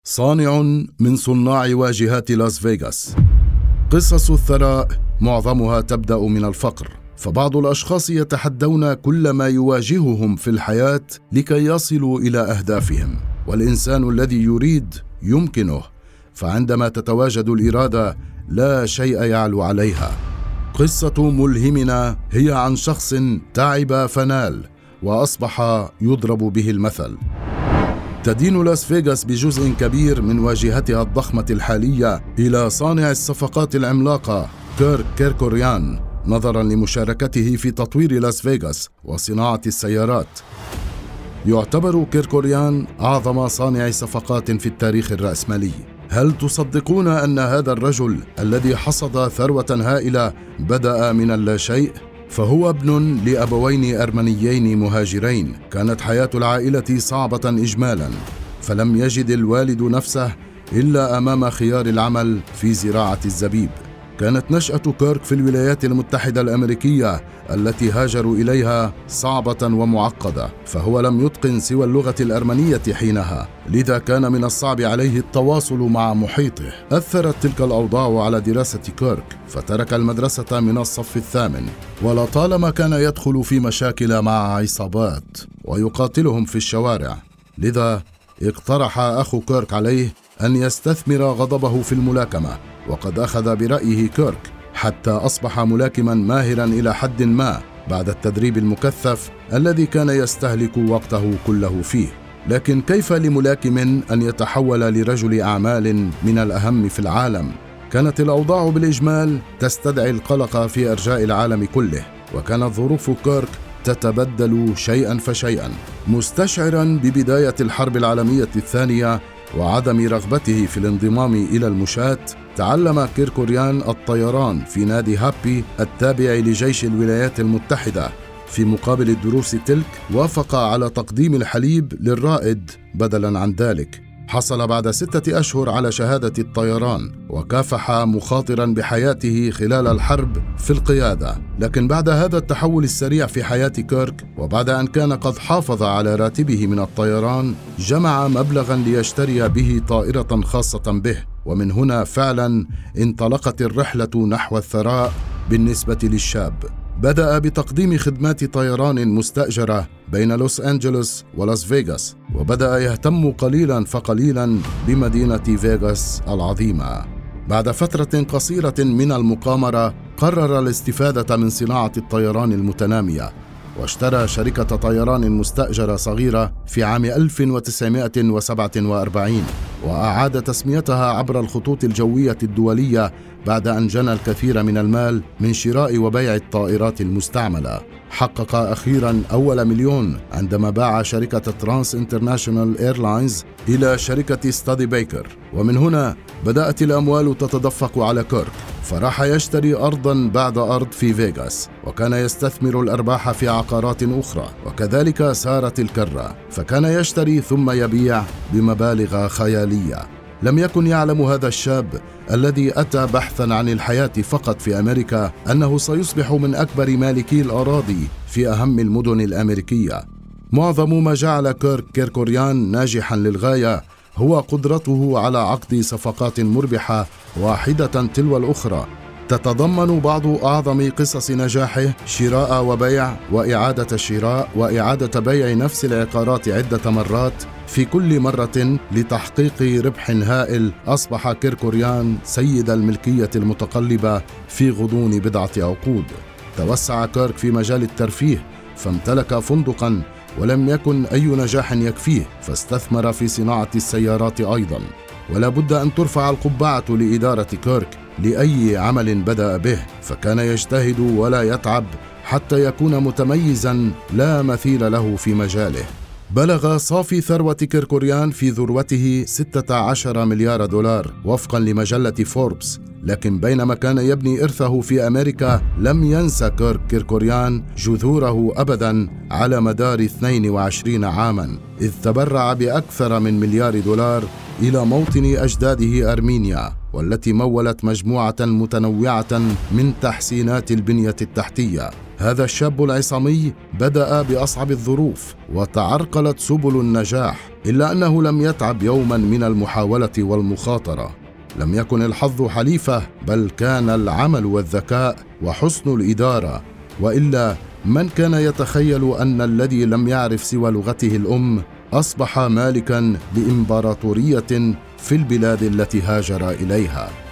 صانع من صناع واجهات لاس فيغاس. قصص الثراء معظمها تبدأ من الفقر، فبعض الأشخاص يتحدون كل ما يواجههم في الحياة لكي يصلوا إلى أهدافهم، والإنسان الذي يريد يمكنه، فعندما تتواجد الإرادة لا شيء يعلو عليها. قصة ملهمنا هي عن شخص تعب فنال وأصبح يضرب به المثل. تدين لاس فيغاس بجزء كبير من واجهتها الضخمة الحالية إلى صانع الصفقات العملاقة كيرك كيركوريان، نظرا لمشاركته في تطوير لاس فيغاس وصناعة السيارات. يعتبر كيركوريان أعظم صانع صفقات في التاريخ الرأسمالي. هل تصدقون أن هذا الرجل الذي حصد ثروة هائلة بدأ من اللاشيء؟ فهو ابن لأبوين أرمنيين مهاجرين. كانت حياة العائلة صعبة إجمالا، فلم يجد الوالد نفسه إلا أمام خيار العمل في زراعة الزبيب. كانت نشأة كيرك في الولايات المتحدة الأمريكية التي هاجروا إليها صعبة ومعقدة، فهو لم يتقن سوى اللغة الأرمنية حينها، لذا كان من الصعب عليه التواصل مع محيطه. أثرت تلك الأوضاع على دراسة كيرك، فترك المدرسة من الصف الثامن، ولطالما كان يدخل في مشاكل مع عصابات ويقاتلهم في الشوارع. لذا اقترح أخو كيرك عليه أن يستثمر غضبه في الملاكمة، وقد أخذ برأيه كيرك حتى أصبح ملاكما ماهرا إلى حد ما بعد التدريب المكثف الذي كان يستهلك وقته كله فيه. لكن كيف لملاكم أن يتحول لرجل أعمال من الأهم في العالم؟ كانت الأوضاع بالإجمال تستدعي القلق في أرجاء العالم كله، وكانت ظروف كيرك تتبدل شيئا فشيئا. مستشعرا ببداية الحرب العالمية الثانية وعدم رغبته في الانضمام إلى المشاة، تعلم كيركوريان الطيران في نادي هابي التابع لجيش الولايات المتحدة. في مقابل الدروس تلك وافق على تقديم الحليب للرائد بدلا عن ذلك. حصل بعد 6 أشهر على شهادة الطيران، وكافح مخاطرا بحياته خلال الحرب في القيادة. لكن بعد هذا التحول السريع في حياة كيرك، وبعد أن كان قد حافظ على راتبه من الطيران، جمع مبلغا ليشتري به طائرة خاصة به. ومن هنا فعلا انطلقت الرحلة نحو الثراء بالنسبة للشاب. بدأ بتقديم خدمات طيران مستأجرة بين لوس أنجلوس ولاس فيغاس، وبدأ يهتم قليلا فقليلا بمدينة فيغاس العظيمة. بعد فترة قصيرة من المقامرة، قرر الاستفادة من صناعة الطيران المتنامية، واشترى شركة طيران مستأجرة صغيرة في عام 1947، وأعاد تسميتها عبر الخطوط الجوية الدولية بعد أن جنى الكثير من المال من شراء وبيع الطائرات المستعملة. حقق أخيرا أول مليون عندما باع شركة ترانس انترناشونال ايرلاينز إلى شركة ستادي بيكر. ومن هنا بدأت الأموال تتدفق على كيرك، فراح يشتري أرضا بعد أرض في فيغاس، وكان يستثمر الأرباح في عقارات أخرى، وكذلك سارت الكرة، فكان يشتري ثم يبيع بمبالغ خيالية. لم يكن يعلم هذا الشاب الذي أتى بحثا عن الحياة فقط في أمريكا أنه سيصبح من أكبر مالكي الأراضي في أهم المدن الأمريكية. معظم ما جعل كيرك كيركوريان ناجحا للغاية هو قدرته على عقد صفقات مربحة واحدة تلو الأخرى. تتضمن بعض أعظم قصص نجاحه شراء وبيع وإعادة شراء وإعادة بيع نفس العقارات عدة مرات، في كل مرة لتحقيق ربح هائل. أصبح كيركوريان سيد الملكية المتقلبة في غضون بضعة عقود. توسع كيرك في مجال الترفيه، فامتلك فندقا، ولم يكن أي نجاح يكفيه، فاستثمر في صناعة السيارات أيضا. ولا بد أن ترفع القبعة لإدارة كيرك لأي عمل بدأ به، فكان يجتهد ولا يتعب حتى يكون متميزا لا مثيل له في مجاله. بلغ صافي ثروة كيركوريان في ذروته 16 مليار دولار وفقا لمجلة فوربس. لكن بينما كان يبني إرثه في أمريكا، لم ينسى كيرك كيركوريان جذوره أبدا على مدار 22 عاما، إذ تبرع بأكثر من مليار دولار إلى موطن أجداده أرمينيا، والتي مولت مجموعة متنوعة من تحسينات البنية التحتية. هذا الشاب العصامي بدأ بأصعب الظروف وتعرقلت سبل النجاح، إلا أنه لم يتعب يوما من المحاولة والمخاطرة. لم يكن الحظ حليفه، بل كان العمل والذكاء وحسن الإدارة. وإلا من كان يتخيل أن الذي لم يعرف سوى لغته الأم أصبح مالكا لإمبراطورية في البلاد التي هاجر إليها؟